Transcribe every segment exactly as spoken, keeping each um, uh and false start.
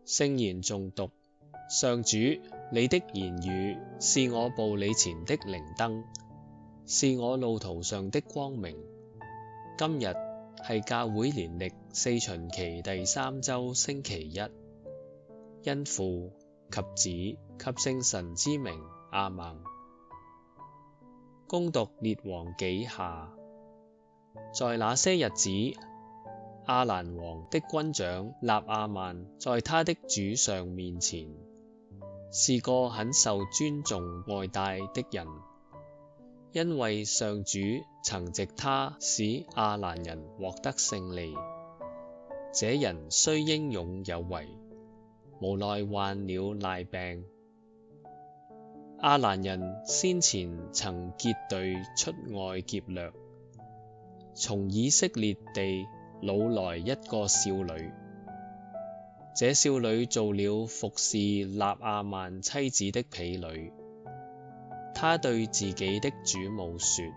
聖言誦讀。上主，你的言語是我步履前的靈燈，是我路途上的光明。今日係教會年曆四旬期第三週星期一，因父及子及聖神之名，阿們。恭讀列王紀下。在那些日子，亞蘭王的軍長納阿曼在他的主上面前，是個很受尊重愛戴的人，因為上主曾藉他使亞蘭人獲得勝利。這人雖英勇有為，無奈患了癩病。亞蘭人先前曾結隊出外劫掠，從以色列地擄來一個少女。這少女做了服侍納阿曼妻子的婢女。她對自己的主母說：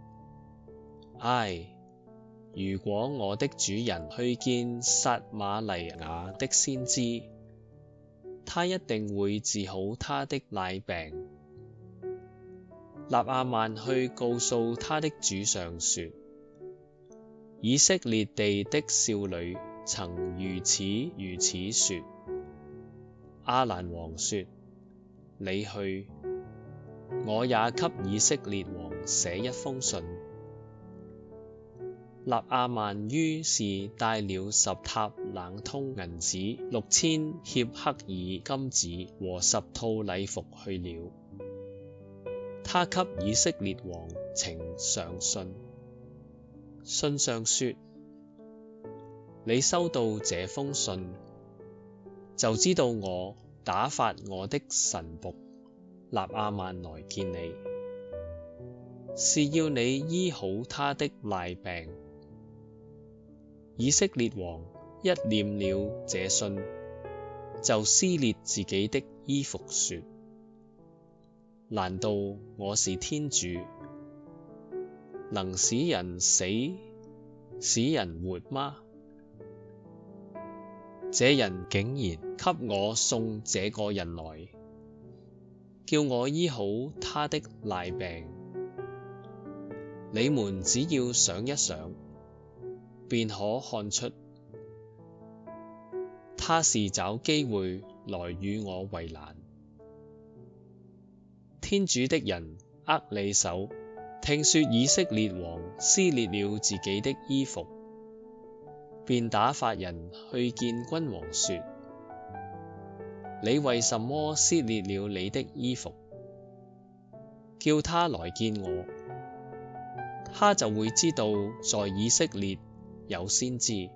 唉，如果我的主人去見撒瑪黎雅的先知，他一定會治好他的癩病。納阿曼去告訴他的主上說：以色列地的少女曾如此如此說。亞蘭王說：你去，我也給以色列王寫一封信。納阿曼於是帶了十塔冷通銀子、六千協刻耳金子和十套禮服去了。他給以色列王呈上信，信上說：你收到這封信，就知道我打發我的臣僕納阿曼來見你，是要你醫好他的癩病。以色列王一念了這信，就撕裂自己的衣服說：難道我是天主，能使人死，使人活嗎？這人竟然給我送這個人來，叫我醫好他的癩病。你們只要想一想，便可看出，他是找機會來與我為難。天主的人厄里叟聽說以色列王撕裂了自己的衣服，便打發人去見君王說：你為什麼撕裂了你的衣服？叫他來見我，他就會知道在以色列有先知。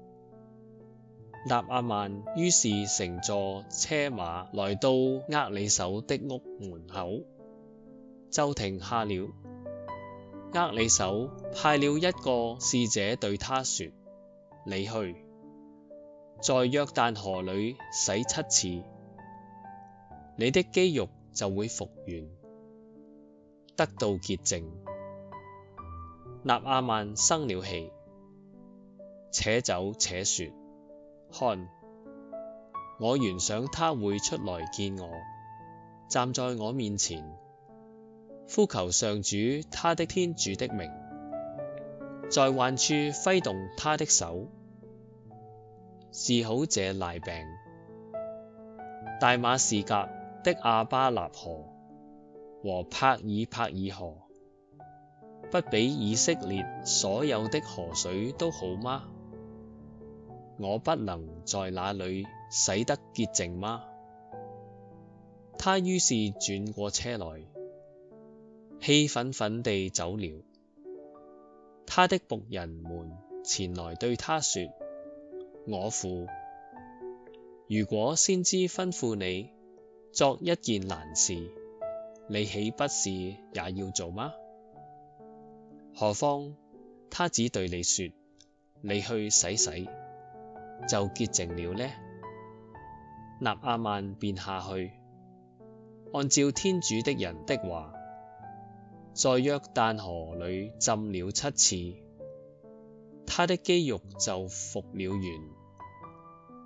納阿曼於是乘坐車馬來到厄里叟的屋門口，就停下了。厄里叟派了一個使者對他說：你去，在約旦河裏洗七次，你的肌肉就會復原，得到潔淨。納阿曼生了氣，且走且說：看，我原想他會出來見我，站在我面前，呼求上主他的天主的名，在患處揮動他的手，治好這癩病。大馬士革的亞巴納河和帕爾帕爾河，不比以色列所有的河水都好嗎？我不能在那裏洗得潔淨嗎？他於是轉過車來，氣憤憤地走了。他的僕人們前來對他說：我父，如果先知吩咐你作一件難事，你豈不是也要做嗎？何況他只對你說：你去洗洗，就潔淨了呢？納阿曼便下去，按照天主的人的話，在約旦河裏浸了七次，他的肌肉就復了原。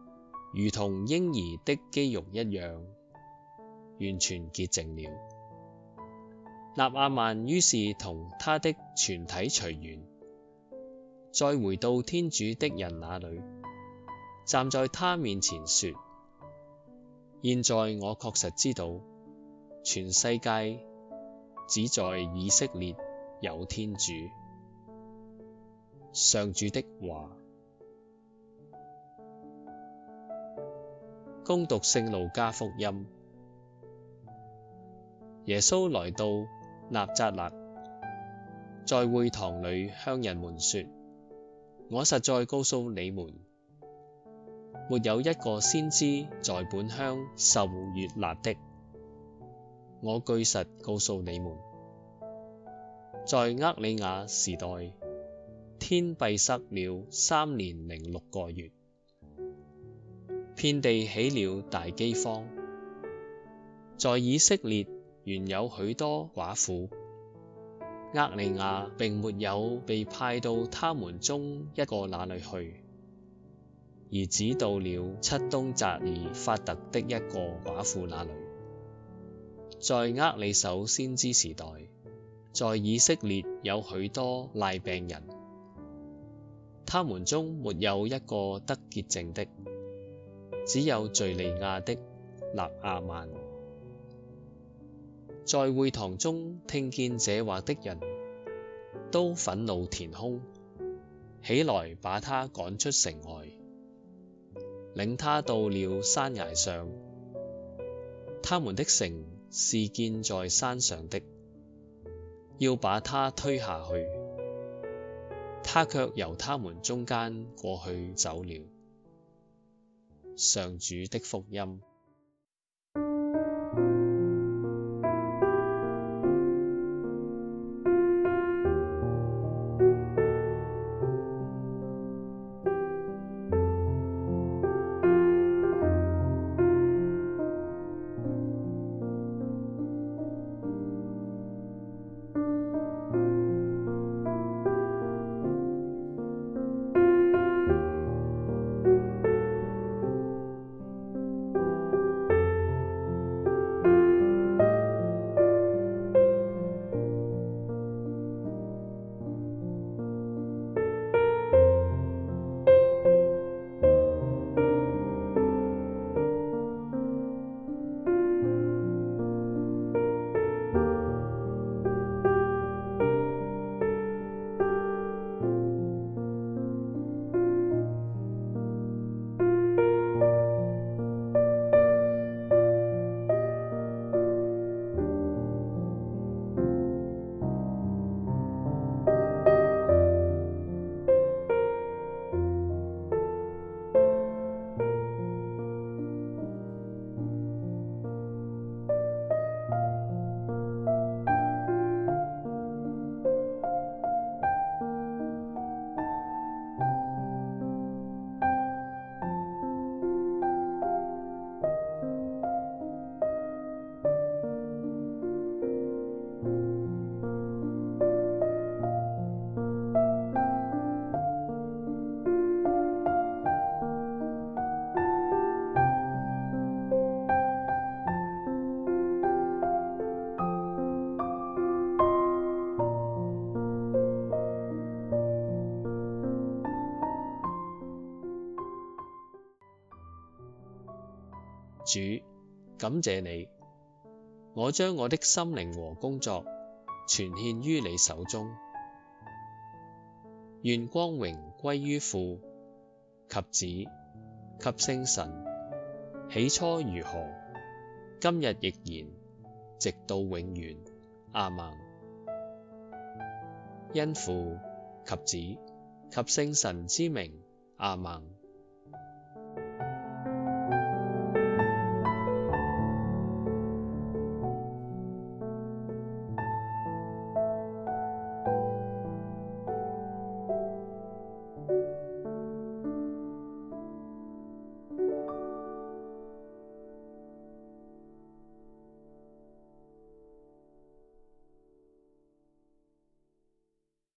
如同嬰兒的肌肉一樣，完全潔淨了。納阿曼於是同他的全體隨員，再回到天主的人那裏，站在他面前說：現在我確實知道，全世界只在以色列有天主。上主的話。恭讀聖路加福音。耶穌來到納匝肋，在會堂裏向人們說：我實在告訴你們，沒有一個先知在本鄉受悅納的。我據實告訴你們，在厄里亞時代，天閉塞了三年零六個月，遍地起了大饑荒。在以色列原有許多寡婦，厄里亞並沒有被派到他們中一個那裏去，而只到了漆冬匝爾法特的一個寡婦那裏。在厄里叟先知時代，在以色列有許多癩病人，他們中沒有一個得潔淨的，只有敘利亞的納阿曼。在會堂中聽見這話的人，都憤怒填胸，起來把他趕出城外，領他到了山崖上。他們的城是建在山上的，要把他推下去，他卻由他們中間過去走了。上主的福音。主，感謝你，我將我的心靈和工作全獻於你手中。願光榮歸於父及子及聖神，起初如何，今日亦然，直到永遠。阿們。因父及子及聖神之名。阿們。